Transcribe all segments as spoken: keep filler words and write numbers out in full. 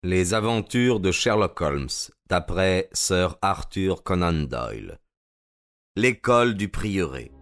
Les aventures de Sherlock Holmes, d'après Sir Arthur Conan Doyle. L'école du prieuré.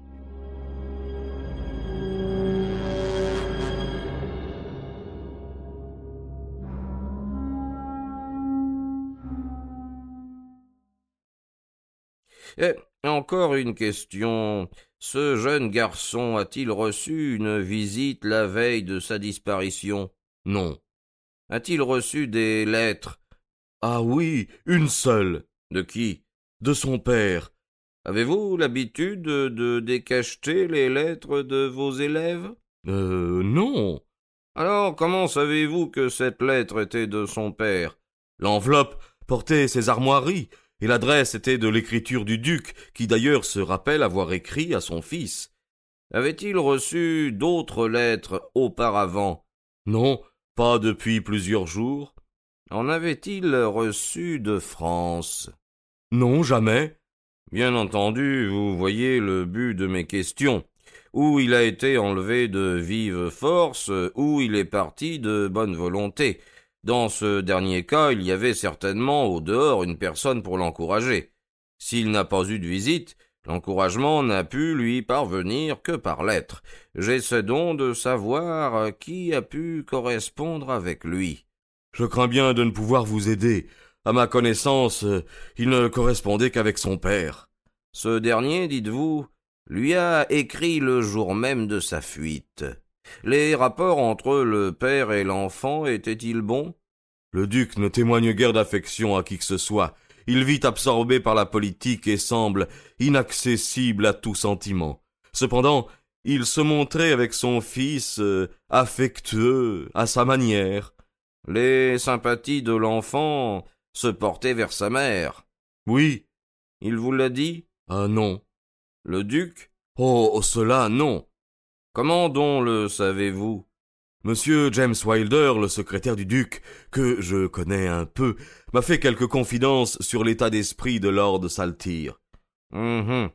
Et encore une question. Ce jeune garçon a-t-il reçu une visite la veille de sa disparition? Non. A-t-il reçu des lettres? Ah oui, une seule. De qui? De son père. Avez-vous l'habitude de décacheter les lettres de vos élèves? Euh, non. Alors, comment savez-vous que cette lettre était de son père? L'enveloppe portait ses armoiries, et l'adresse était de l'écriture du duc, qui d'ailleurs se rappelle avoir écrit à son fils. Avait-il reçu d'autres lettres auparavant? Non, pas depuis plusieurs jours. En avait-il reçu de France? Non, jamais. Bien entendu, vous voyez le but de mes questions. Ou il a été enlevé de vive force, ou il est parti de bonne volonté. Dans ce dernier cas, il y avait certainement au dehors une personne pour l'encourager. S'il n'a pas eu de visite, l'encouragement n'a pu lui parvenir que par lettre. J'essaie donc de savoir qui a pu correspondre avec lui. Je crains bien de ne pouvoir vous aider. À ma connaissance, il ne correspondait qu'avec son père. Ce dernier, dites-vous, lui a écrit le jour même de sa fuite. Les rapports entre le père et l'enfant étaient-ils bons? Le duc ne témoigne guère d'affection à qui que ce soit. Il vit absorbé par la politique et semble inaccessible à tout sentiment. Cependant, il se montrait avec son fils euh, affectueux à sa manière. Les sympathies de l'enfant se portaient vers sa mère. Oui. Il vous l'a dit? Ah non. Le duc? Oh, cela, non. Comment donc le savez-vous? Monsieur James Wilder, le secrétaire du duc, que je connais un peu, m'a fait quelques confidences sur l'état d'esprit de Lord Saltire. Hum,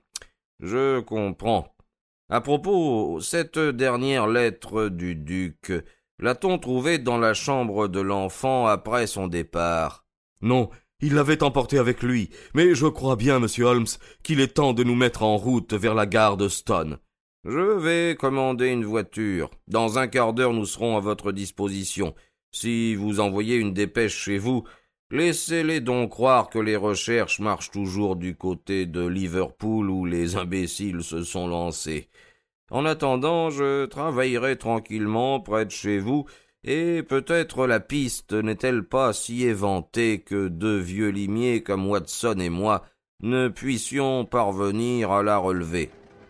je comprends. À propos, cette dernière lettre du duc, l'a-t-on trouvée dans la chambre de l'enfant après son départ? Non, il l'avait emportée avec lui, mais je crois bien, monsieur Holmes, qu'il est temps de nous mettre en route vers la gare de Stone. Je vais commander une voiture. Dans un quart d'heure, nous serons à votre disposition. Si vous envoyez une dépêche chez vous, laissez-les donc croire que les recherches marchent toujours du côté de Liverpool où les imbéciles se sont lancés. En attendant, je travaillerai tranquillement près de chez vous, et peut-être la piste n'est-elle pas si éventée que deux vieux limiers comme Watson et moi ne puissions parvenir à la relever.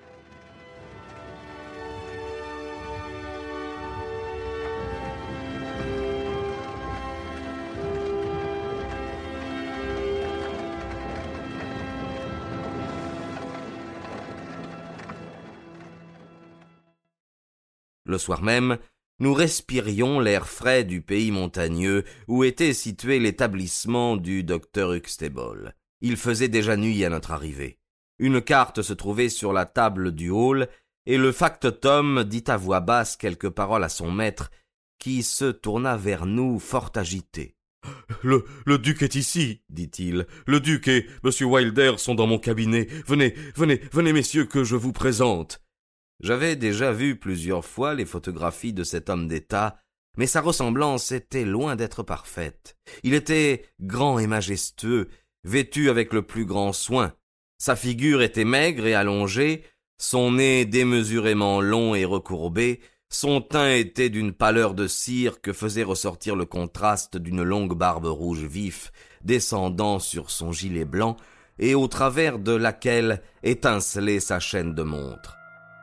Le soir même, nous respirions l'air frais du pays montagneux où était situé l'établissement du docteur Huxtable. Il faisait déjà nuit à notre arrivée. Une carte se trouvait sur la table du hall, et le factotum dit à voix basse quelques paroles à son maître, qui se tourna vers nous fort agité. Le, le duc est ici, dit-il. Le duc et monsieur Wilder sont dans mon cabinet. Venez, venez, venez, messieurs, que je vous présente. J'avais déjà vu plusieurs fois les photographies de cet homme d'État, mais sa ressemblance était loin d'être parfaite. Il était grand et majestueux, vêtu avec le plus grand soin. Sa figure était maigre et allongée, son nez démesurément long et recourbé, son teint était d'une pâleur de cire que faisait ressortir le contraste d'une longue barbe rouge vif, descendant sur son gilet blanc, et au travers de laquelle étincelait sa chaîne de montre.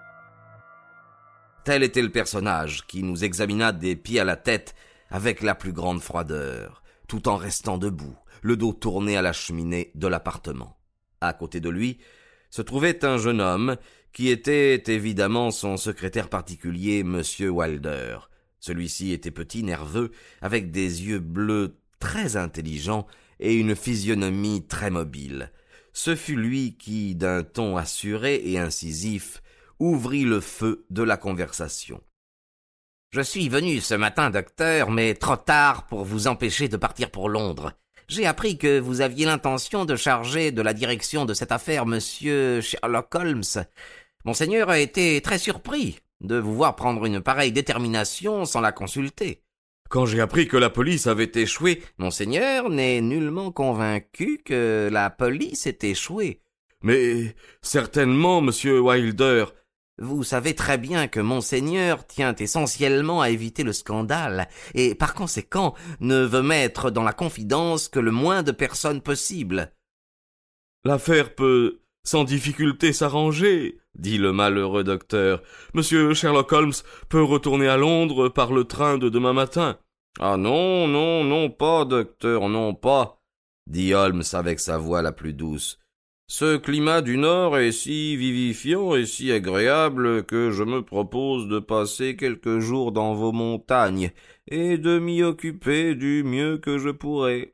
Tel était le personnage qui nous examina des pieds à la tête avec la plus grande froideur, tout en restant debout, le dos tourné à la cheminée de l'appartement. À côté de lui se trouvait un jeune homme qui était évidemment son secrétaire particulier, monsieur Wilder. Celui-ci était petit, nerveux, avec des yeux bleus très intelligents et une physionomie très mobile. Ce fut lui qui, d'un ton assuré et incisif, ouvrit le feu de la conversation. Je suis venu ce matin, docteur, mais trop tard pour vous empêcher de partir pour Londres. J'ai appris que vous aviez l'intention de charger de la direction de cette affaire monsieur Sherlock Holmes. Monseigneur a été très surpris de vous voir prendre une pareille détermination sans la consulter. Quand j'ai appris que la police avait échoué, Monseigneur n'est nullement convaincu que la police ait échoué. Mais certainement, monsieur Wilder. Vous savez très bien que Monseigneur tient essentiellement à éviter le scandale, et par conséquent ne veut mettre dans la confidence que le moins de personnes possible. L'affaire peut sans difficulté s'arranger, dit le malheureux docteur. Monsieur Sherlock Holmes peut retourner à Londres par le train de demain matin. Ah non, non, non pas, docteur, non pas, dit Holmes avec sa voix la plus douce. Ce climat du Nord est si vivifiant et si agréable que je me propose de passer quelques jours dans vos montagnes et de m'y occuper du mieux que je pourrai.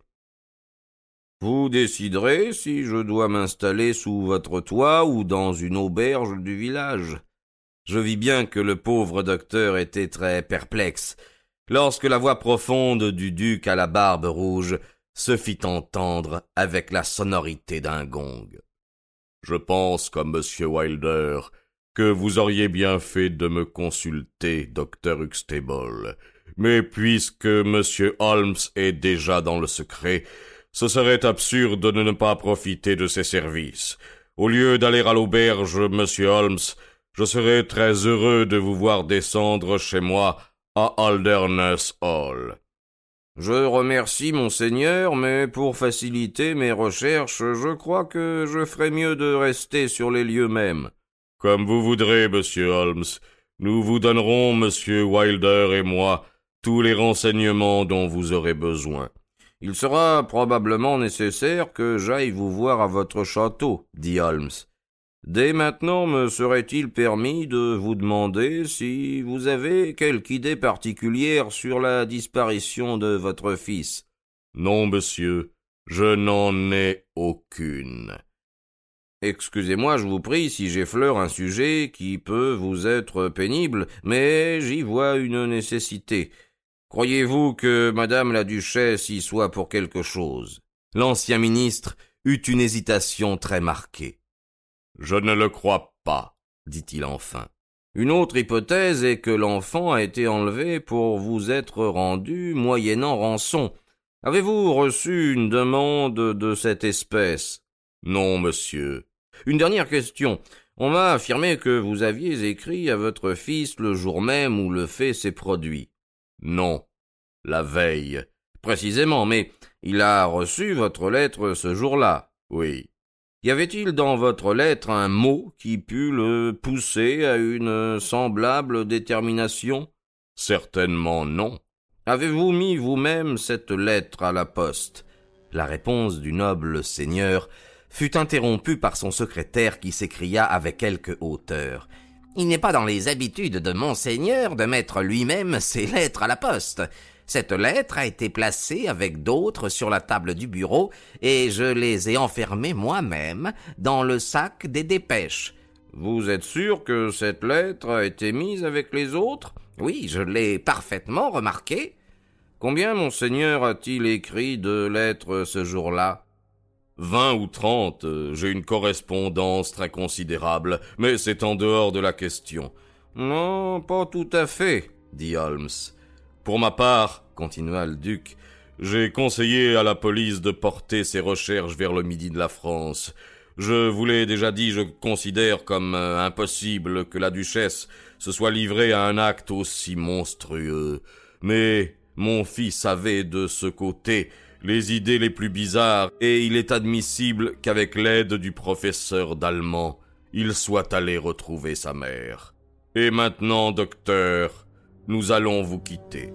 Vous déciderez si je dois m'installer sous votre toit ou dans une auberge du village. Je vis bien que le pauvre docteur était très perplexe lorsque la voix profonde du duc à la barbe rouge se fit entendre avec la sonorité d'un gong. Je pense, comme monsieur Wilder, que vous auriez bien fait de me consulter, docteur Huxtable. Mais puisque monsieur Holmes est déjà dans le secret, ce serait absurde de ne pas profiter de ses services. Au lieu d'aller à l'auberge, monsieur Holmes, je serais très heureux de vous voir descendre chez moi à Holderness Hall. Je remercie monseigneur, mais pour faciliter mes recherches, je crois que je ferais mieux de rester sur les lieux mêmes. Comme vous voudrez, monsieur Holmes. Nous vous donnerons, monsieur Wilder et moi, tous les renseignements dont vous aurez besoin. Il sera probablement nécessaire que j'aille vous voir à votre château, dit Holmes. Dès maintenant me serait-il permis de vous demander si vous avez quelque idée particulière sur la disparition de votre fils? Non, monsieur, je n'en ai aucune. Excusez-moi, je vous prie, si j'effleure un sujet qui peut vous être pénible, mais j'y vois une nécessité. Croyez-vous que madame la duchesse y soit pour quelque chose? L'ancien ministre eut une hésitation très marquée. Je ne le crois pas, dit-il enfin. Une autre hypothèse est que l'enfant a été enlevé pour vous être rendu moyennant rançon. Avez-vous reçu une demande de cette espèce? Non, monsieur. Une dernière question. On m'a affirmé que vous aviez écrit à votre fils le jour même où le fait s'est produit. Non, la veille. Précisément, mais il a reçu votre lettre ce jour-là. Oui. Y avait-il dans votre lettre un mot qui pût le pousser à une semblable détermination? Certainement non. Avez-vous mis vous-même cette lettre à la poste? La réponse du noble seigneur fut interrompue par son secrétaire qui s'écria avec quelque hauteur. Il n'est pas dans les habitudes de monseigneur de mettre lui-même ses lettres à la poste. Cette lettre a été placée avec d'autres sur la table du bureau et je les ai enfermées moi-même dans le sac des dépêches. Vous êtes sûr que cette lettre a été mise avec les autres? Oui, je l'ai parfaitement remarqué. Combien monseigneur a-t-il écrit de lettres ce jour-là? Vingt ou trente, j'ai une correspondance très considérable, mais c'est en dehors de la question. Non, pas tout à fait, dit Holmes. Pour ma part, continua le duc, j'ai conseillé à la police de porter ses recherches vers le midi de la France. Je vous l'ai déjà dit, je considère comme euh, impossible que la duchesse se soit livrée à un acte aussi monstrueux. Mais mon fils avait de ce côté les idées les plus bizarres, et il est admissible qu'avec l'aide du professeur d'allemand, il soit allé retrouver sa mère. Et maintenant, docteur, nous allons vous quitter.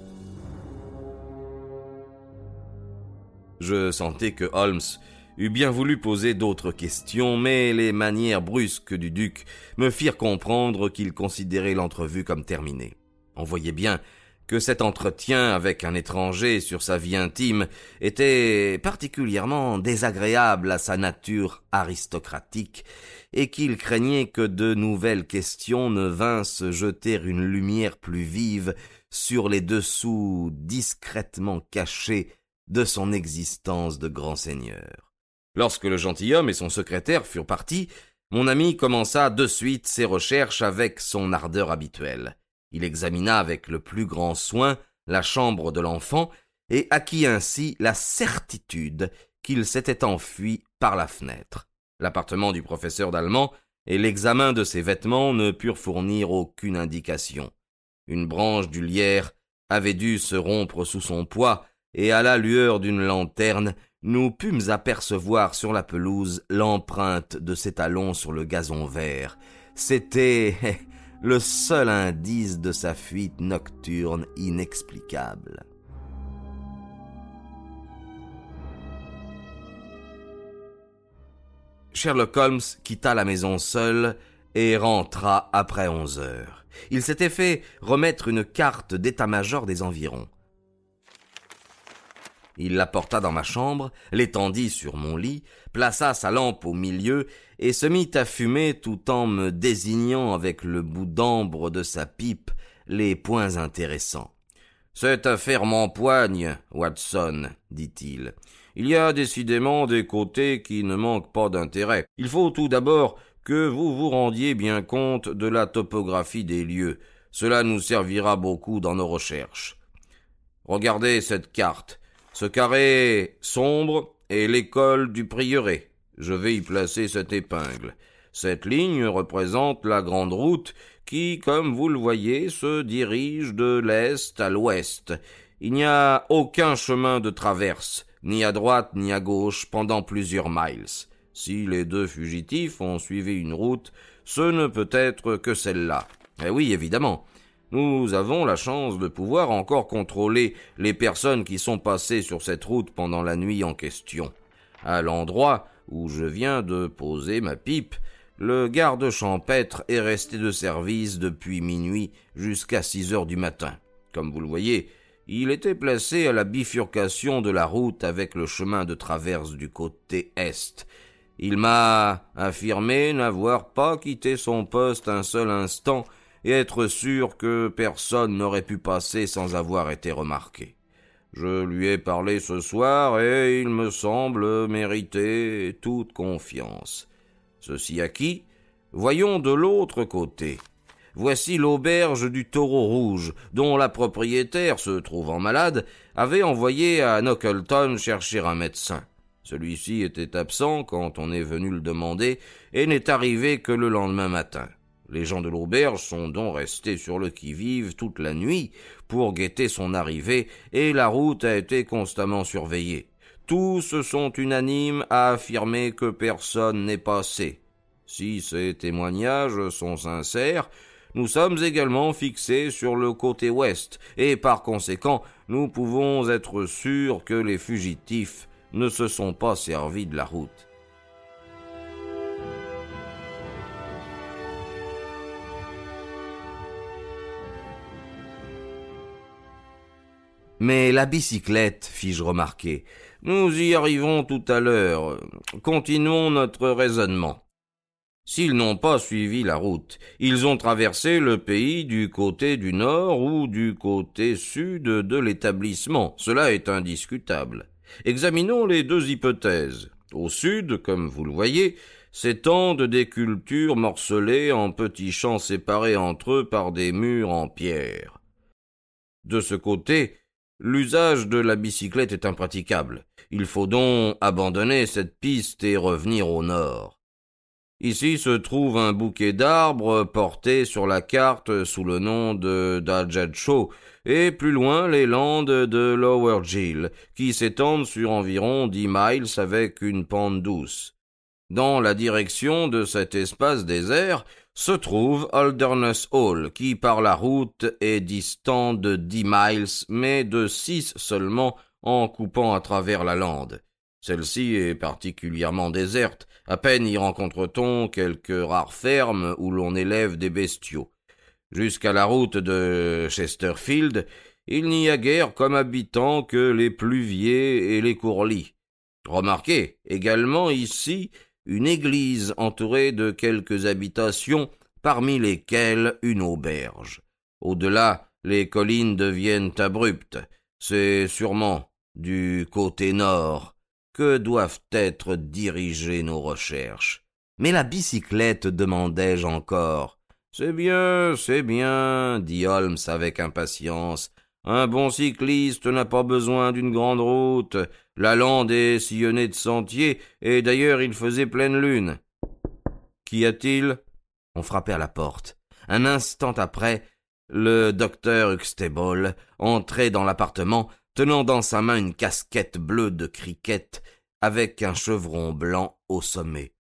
Je sentais que Holmes eût bien voulu poser d'autres questions, mais les manières brusques du duc me firent comprendre qu'il considérait l'entrevue comme terminée. On voyait bien que cet entretien avec un étranger sur sa vie intime était particulièrement désagréable à sa nature aristocratique, et qu'il craignait que de nouvelles questions ne vinssent jeter une lumière plus vive sur les dessous discrètement cachés de son existence de grand seigneur. Lorsque le gentilhomme et son secrétaire furent partis, mon ami commença de suite ses recherches avec son ardeur habituelle. Il examina avec le plus grand soin la chambre de l'enfant et acquit ainsi la certitude qu'il s'était enfui par la fenêtre. L'appartement du professeur d'allemand et l'examen de ses vêtements ne purent fournir aucune indication. Une branche du lierre avait dû se rompre sous son poids, et à la lueur d'une lanterne, nous pûmes apercevoir sur la pelouse l'empreinte de ses talons sur le gazon vert. C'était le seul indice de sa fuite nocturne inexplicable. Sherlock Holmes quitta la maison seul et rentra après onze heures. Il s'était fait remettre une carte d'état-major des environs. Il la porta dans ma chambre, l'étendit sur mon lit, plaça sa lampe au milieu et se mit à fumer tout en me désignant avec le bout d'ambre de sa pipe les points intéressants. « Cette affaire m'empoigne, Watson, dit-il. Il y a décidément des côtés qui ne manquent pas d'intérêt. Il faut tout d'abord que vous vous rendiez bien compte de la topographie des lieux. Cela nous servira beaucoup dans nos recherches. Regardez cette carte. Ce carré sombre est l'école du prieuré. Je vais y placer cette épingle. Cette ligne représente la grande route qui, comme vous le voyez, se dirige de l'est à l'ouest. Il n'y a aucun chemin de traverse, ni à droite ni à gauche, pendant plusieurs miles. Si les deux fugitifs ont suivi une route, ce ne peut être que celle-là. Eh oui, évidemment. Nous avons la chance de pouvoir encore contrôler les personnes qui sont passées sur cette route pendant la nuit en question. À l'endroit où je viens de poser ma pipe, le garde champêtre est resté de service depuis minuit jusqu'à six heures du matin. Comme vous le voyez, il était placé à la bifurcation de la route avec le chemin de traverse du côté est. Il m'a affirmé n'avoir pas quitté son poste un seul instant et être sûr que personne n'aurait pu passer sans avoir été remarqué. Je lui ai parlé ce soir et il me semble mériter toute confiance. Ceci acquis, voyons de l'autre côté. Voici l'auberge du Taureau Rouge, dont la propriétaire, se trouvant malade, avait envoyé à Knockleton chercher un médecin. Celui-ci était absent quand on est venu le demander et n'est arrivé que le lendemain matin. Les gens de l'auberge sont donc restés sur le qui-vive toute la nuit pour guetter son arrivée et la route a été constamment surveillée. Tous sont unanimes à affirmer que personne n'est passé. Si ces témoignages sont sincères, nous sommes également fixés sur le côté ouest et par conséquent, nous pouvons être sûrs que les fugitifs ne se sont pas servis de la route. Mais la bicyclette, fis-je remarquer. Nous y arrivons tout à l'heure. Continuons notre raisonnement. S'ils n'ont pas suivi la route, ils ont traversé le pays du côté du nord ou du côté sud de l'établissement. Cela est indiscutable. Examinons les deux hypothèses. Au sud, comme vous le voyez, s'étendent des cultures morcelées en petits champs séparés entre eux par des murs en pierre. De ce côté, l'usage de la bicyclette est impraticable. Il faut donc abandonner cette piste et revenir au nord. Ici se trouve un bouquet d'arbres porté sur la carte sous le nom de Dajetshaw, et plus loin les landes de Lower Gill, qui s'étendent sur environ dix miles avec une pente douce. Dans la direction de cet espace désert se trouve Holderness Hall, qui par la route est distant de dix miles, mais de six seulement en coupant à travers la lande. Celle-ci est particulièrement déserte, à peine y rencontre-t-on quelques rares fermes où l'on élève des bestiaux. Jusqu'à la route de Chesterfield, il n'y a guère comme habitants que les pluviers et les courlis. Remarquez également ici une église entourée de quelques habitations, parmi lesquelles une auberge. Au-delà, les collines deviennent abruptes. C'est sûrement du côté nord que doivent être dirigées nos recherches. Mais la bicyclette, demandai-je encore. C'est bien, c'est bien, dit Holmes avec impatience. Un bon cycliste n'a pas besoin d'une grande route. La lande est sillonnée de sentiers, et d'ailleurs il faisait pleine lune. Qu'y a-t-il? On frappait à la porte. Un instant après, le docteur Huxtable entrait dans l'appartement, tenant dans sa main une casquette bleue de cricket avec un chevron blanc au sommet.